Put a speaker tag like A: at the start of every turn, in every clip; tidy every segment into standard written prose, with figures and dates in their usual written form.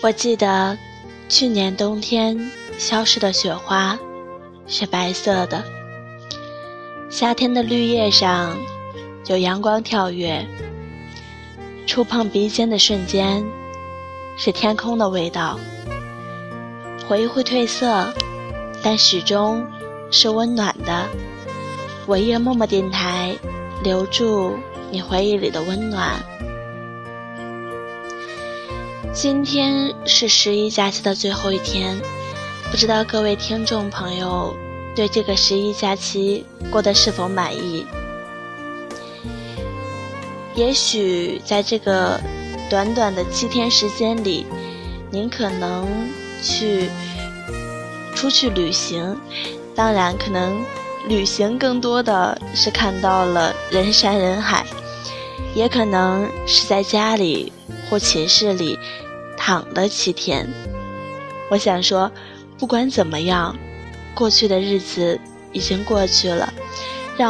A: 我记得去年冬天消失的雪花是白色的，夏天的绿叶上有阳光跳跃，触碰鼻尖的瞬间是天空的味道。回忆会褪色，但始终是温暖的。伟业默默电台，留住你回忆里的温暖。今天是11假期的最后一天，不知道各位听众朋友对这个11假期过得是否满意？也许在这个短短的7天时间里，您可能出去旅行，当然可能旅行更多的是看到了人山人海，也可能是在家里或寝室里躺了7天。我想说，不管怎么样，过去的日子已经过去了，让我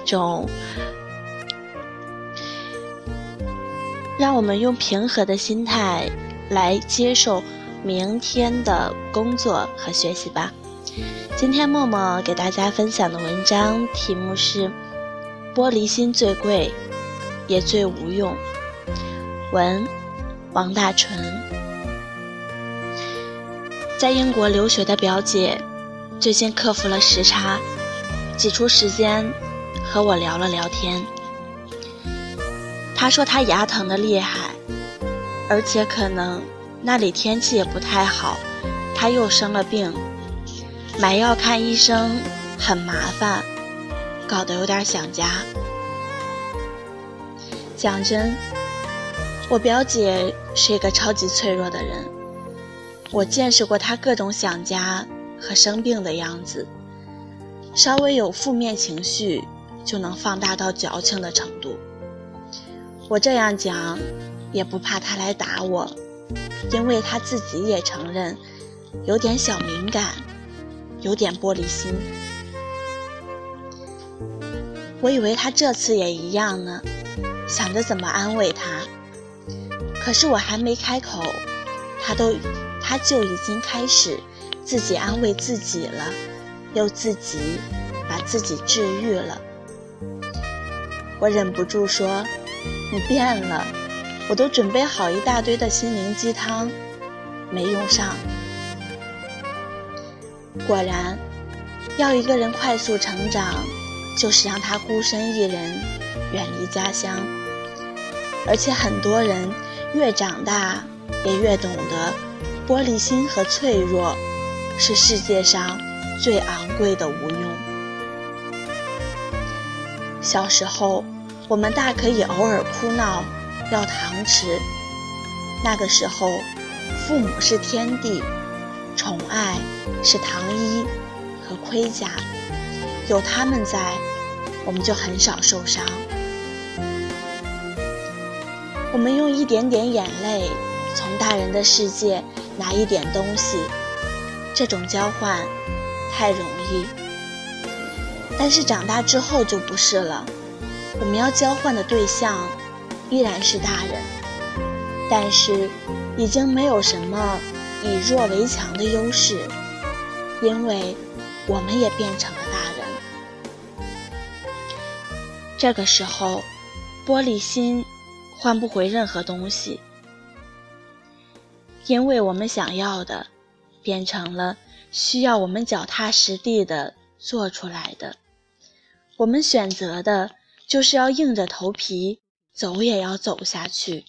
A: 们用平和的心态来接受明天的工作和学习吧。今天默默给大家分享的文章题目是玻璃心最贵也最无用，文王大纯。在英国留学的表姐最近克服了时差，挤出时间和我聊了聊天。她说她牙疼得厉害，而且可能那里天气也不太好，她又生了病，买药看医生很麻烦，搞得有点想家。讲真，我表姐是一个超级脆弱的人，我见识过她各种想家和生病的样子，稍微有负面情绪就能放大到矫情的程度。我这样讲也不怕她来打我，因为她自己也承认有点小敏感，有点玻璃心。我以为她这次也一样呢，想着怎么安慰她，可是我还没开口，她就已经开始自己安慰自己了，又自己把自己治愈了。我忍不住说，你变了，我都准备好一大堆的心灵鸡汤，没用上。果然，要一个人快速成长，就是让他孤身一人远离家乡。而且很多人越长大也越懂得，玻璃心和脆弱是世界上最昂贵的无用。小时候我们大可以偶尔哭闹要糖吃，那个时候父母是天地，宠爱是糖衣和盔甲，有他们在，我们就很少受伤。我们用一点点眼泪从大人的世界拿一点东西，这种交换太容易，但是长大之后就不是了。我们要交换的对象依然是大人，但是已经没有什么以弱为强的优势，因为我们也变成了大人。这个时候，玻璃心换不回任何东西，因为我们想要的变成了需要我们脚踏实地的做出来的。我们选择的就是要硬着头皮走也要走下去。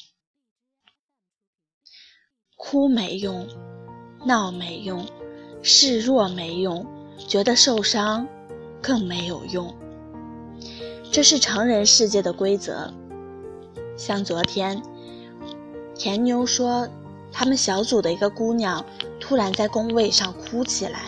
A: 哭没用，闹没用，示弱没用，觉得受伤更没有用。这是成人世界的规则。像昨天田妞说，他们小组的一个姑娘突然在工位上哭起来。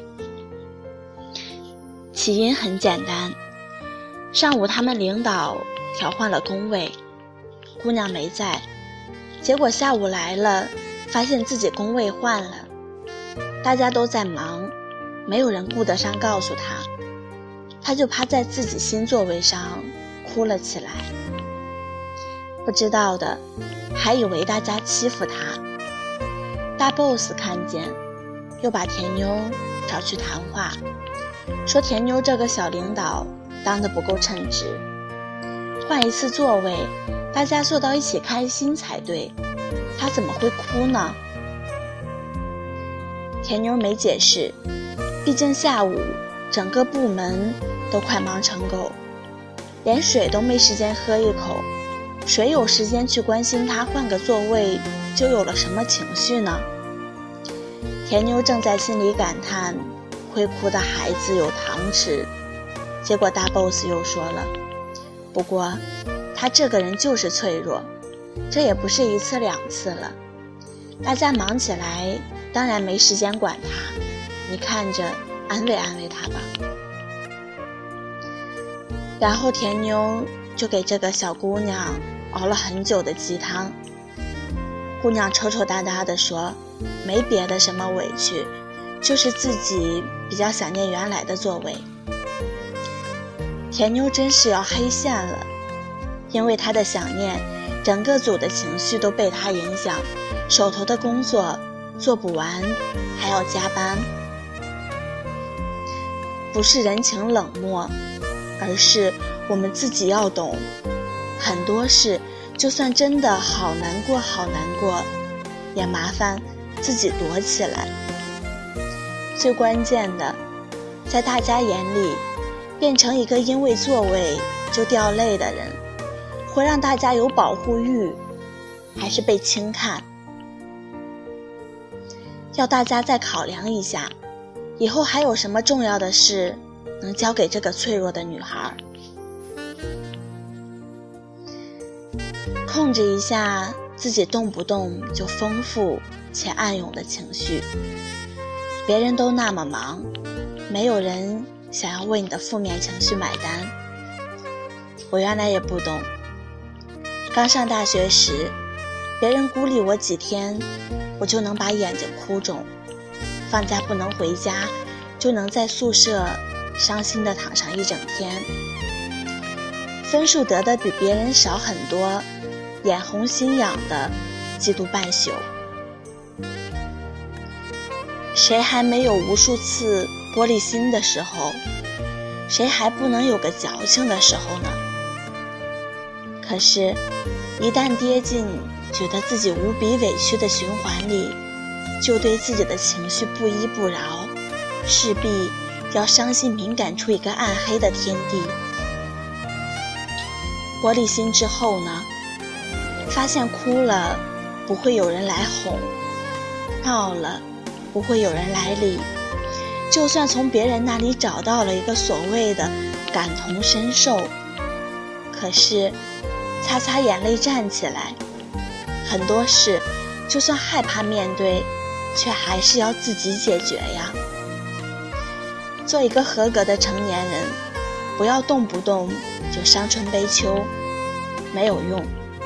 A: 起因很简单，上午他们领导调换了工位，姑娘没在，结果下午来了，发现自己工位换了，大家都在忙，没有人顾得上告诉她，她就趴在自己新座位上哭了起来。不知道的还以为大家欺负她， 大 boss 看见，又把田妞找去谈话，说田妞这个小领导当得不够称职，换一次座位，大家坐到一起开心才对，她怎么会哭呢？田妞没解释，毕竟下午整个部门都快忙成狗，连水都没时间喝一口，谁有时间去关心她换个座位就有了什么情绪呢？田妞正在心里感叹会哭的孩子有糖吃，结果大 boss 又说了，不过他这个人就是脆弱，这也不是一次两次了，大家忙起来当然没时间管他，你看着安慰安慰他吧。然后田妞就给这个小姑娘熬了很久的鸡汤，姑娘抽抽搭搭地说，没别的什么委屈，就是自己比较想念原来的座位。田妞真是要黑线了，因为她的想念，整个组的情绪都被她影响，手头的工作做不完，还要加班。不是人情冷漠，而是我们自己要懂，很多事就算真的好难过好难过，也麻烦自己躲起来。最关键的，在大家眼里，变成一个因为座位就掉泪的人，会让大家有保护欲，还是被轻看？要大家再考量一下，以后还有什么重要的事能交给这个脆弱的女孩？控制一下自己动不动就丰富且暗涌的情绪，别人都那么忙，没有人想要为你的负面情绪买单。我原来也不懂，刚上大学时，别人孤立我几天，我就能把眼睛哭肿，放假不能回家，就能在宿舍伤心地躺上一整天，分数得的比别人少很多，眼红心痒的嫉妒半宿。谁还没有无数次玻璃心的时候？谁还不能有个矫情的时候呢？可是一旦跌进觉得自己无比委屈的循环里，就对自己的情绪不依不饶，势必要伤心敏感出一个暗黑的天地。玻璃心之后呢，发现哭了不会有人来哄，闹了不会有人来理，就算从别人那里找到了一个所谓的感同身受，可是擦擦眼泪站起来，很多事就算害怕面对，却还是要自己解决呀。做一个合格的成年人，不要动不动就伤春悲秋，没有用，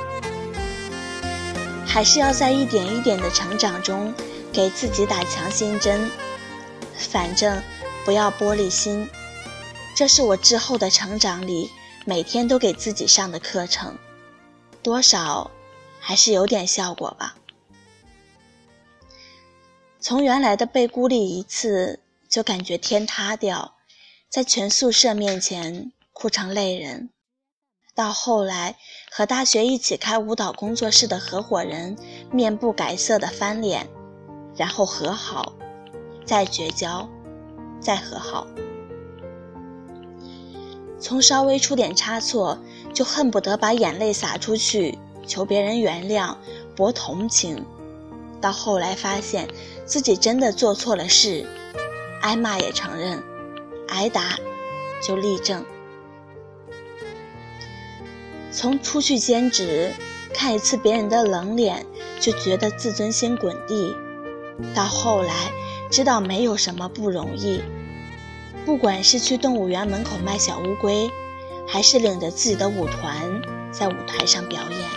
A: 还是要在一点一点的成长中给自己打强心针。反正不要玻璃心，这是我之后的成长里每天都给自己上的课程，多少还是有点效果吧。从原来的被孤立一次就感觉天塌掉，在全宿舍面前哭成泪人，到后来和大学一起开舞蹈工作室的合伙人面不改色的翻脸，然后和好，再绝交，再和好。从稍微出点差错就恨不得把眼泪洒出去求别人原谅博同情，到后来发现自己真的做错了事，挨骂也承认，挨打就立正。从出去兼职看一次别人的冷脸就觉得自尊心滚地，到后来知道没有什么不容易，不管是去动物园门口卖小乌龟，还是领着自己的舞团在舞台上表演。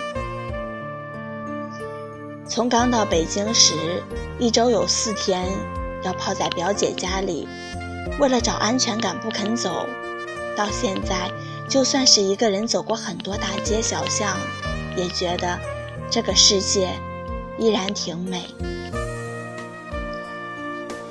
A: 从刚到北京时，一周有4天要泡在表姐家里，为了找安全感不肯走，到现在就算是一个人走过很多大街小巷，也觉得这个世界依然挺美。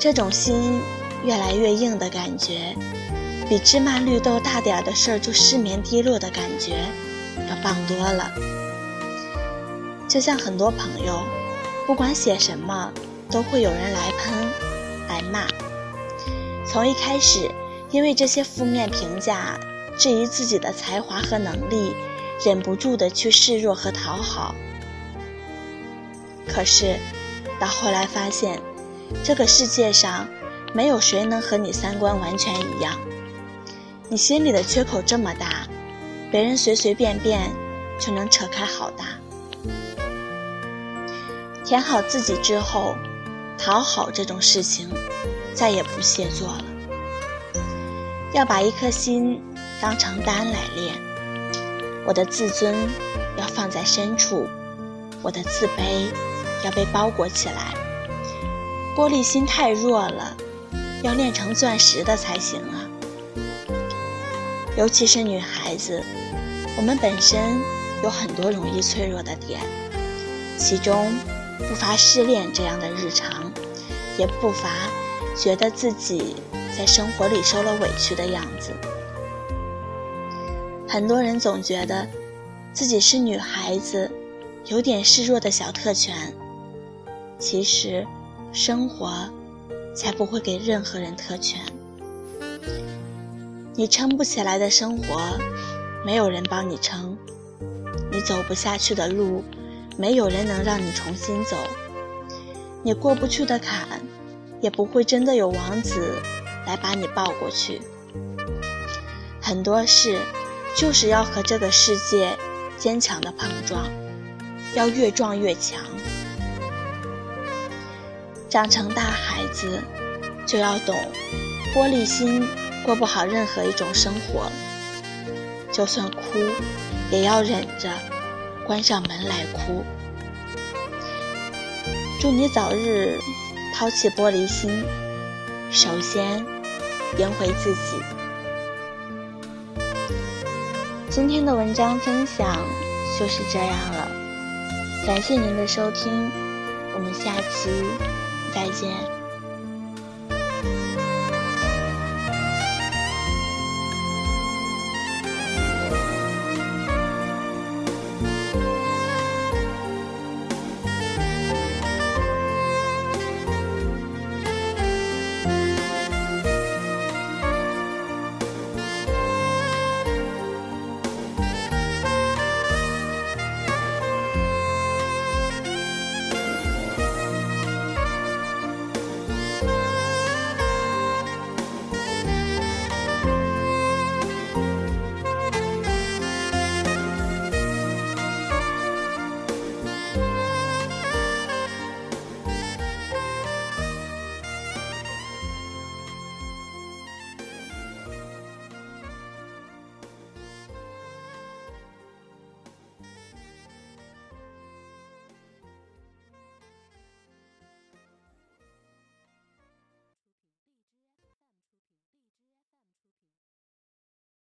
A: 这种心越来越硬的感觉，比芝麻绿豆大点的事儿就失眠低落的感觉要棒多了。就像很多朋友，不管写什么，都会有人来喷、来骂。从一开始，因为这些负面评价，质疑自己的才华和能力，忍不住的去示弱和讨好。可是，到后来发现，这个世界上没有谁能和你三观完全一样。你心里的缺口这么大，别人随随便便就能扯开好大。填好自己之后，讨好这种事情再也不屑做了。要把一颗心当成担来练，我的自尊要放在深处，我的自卑要被包裹起来。玻璃心太弱了，要练成钻石的才行啊。尤其是女孩子，我们本身有很多容易脆弱的点，其中不乏失恋这样的日常，也不乏觉得自己在生活里受了委屈的样子。很多人总觉得自己是女孩子，有点示弱的小特权，其实生活才不会给任何人特权。你撑不起来的生活，没有人帮你撑；你走不下去的路，没有人能让你重新走；你过不去的坎，也不会真的有王子来把你抱过去。很多事就是要和这个世界坚强的碰撞，要越撞越强。长成大孩子，就要懂玻璃心过不好任何一种生活，就算哭也要忍着关上门来哭。祝你早日抛弃玻璃心，首先赢回自己。今天的文章分享就是这样了，感谢您的收听，我们下期再见。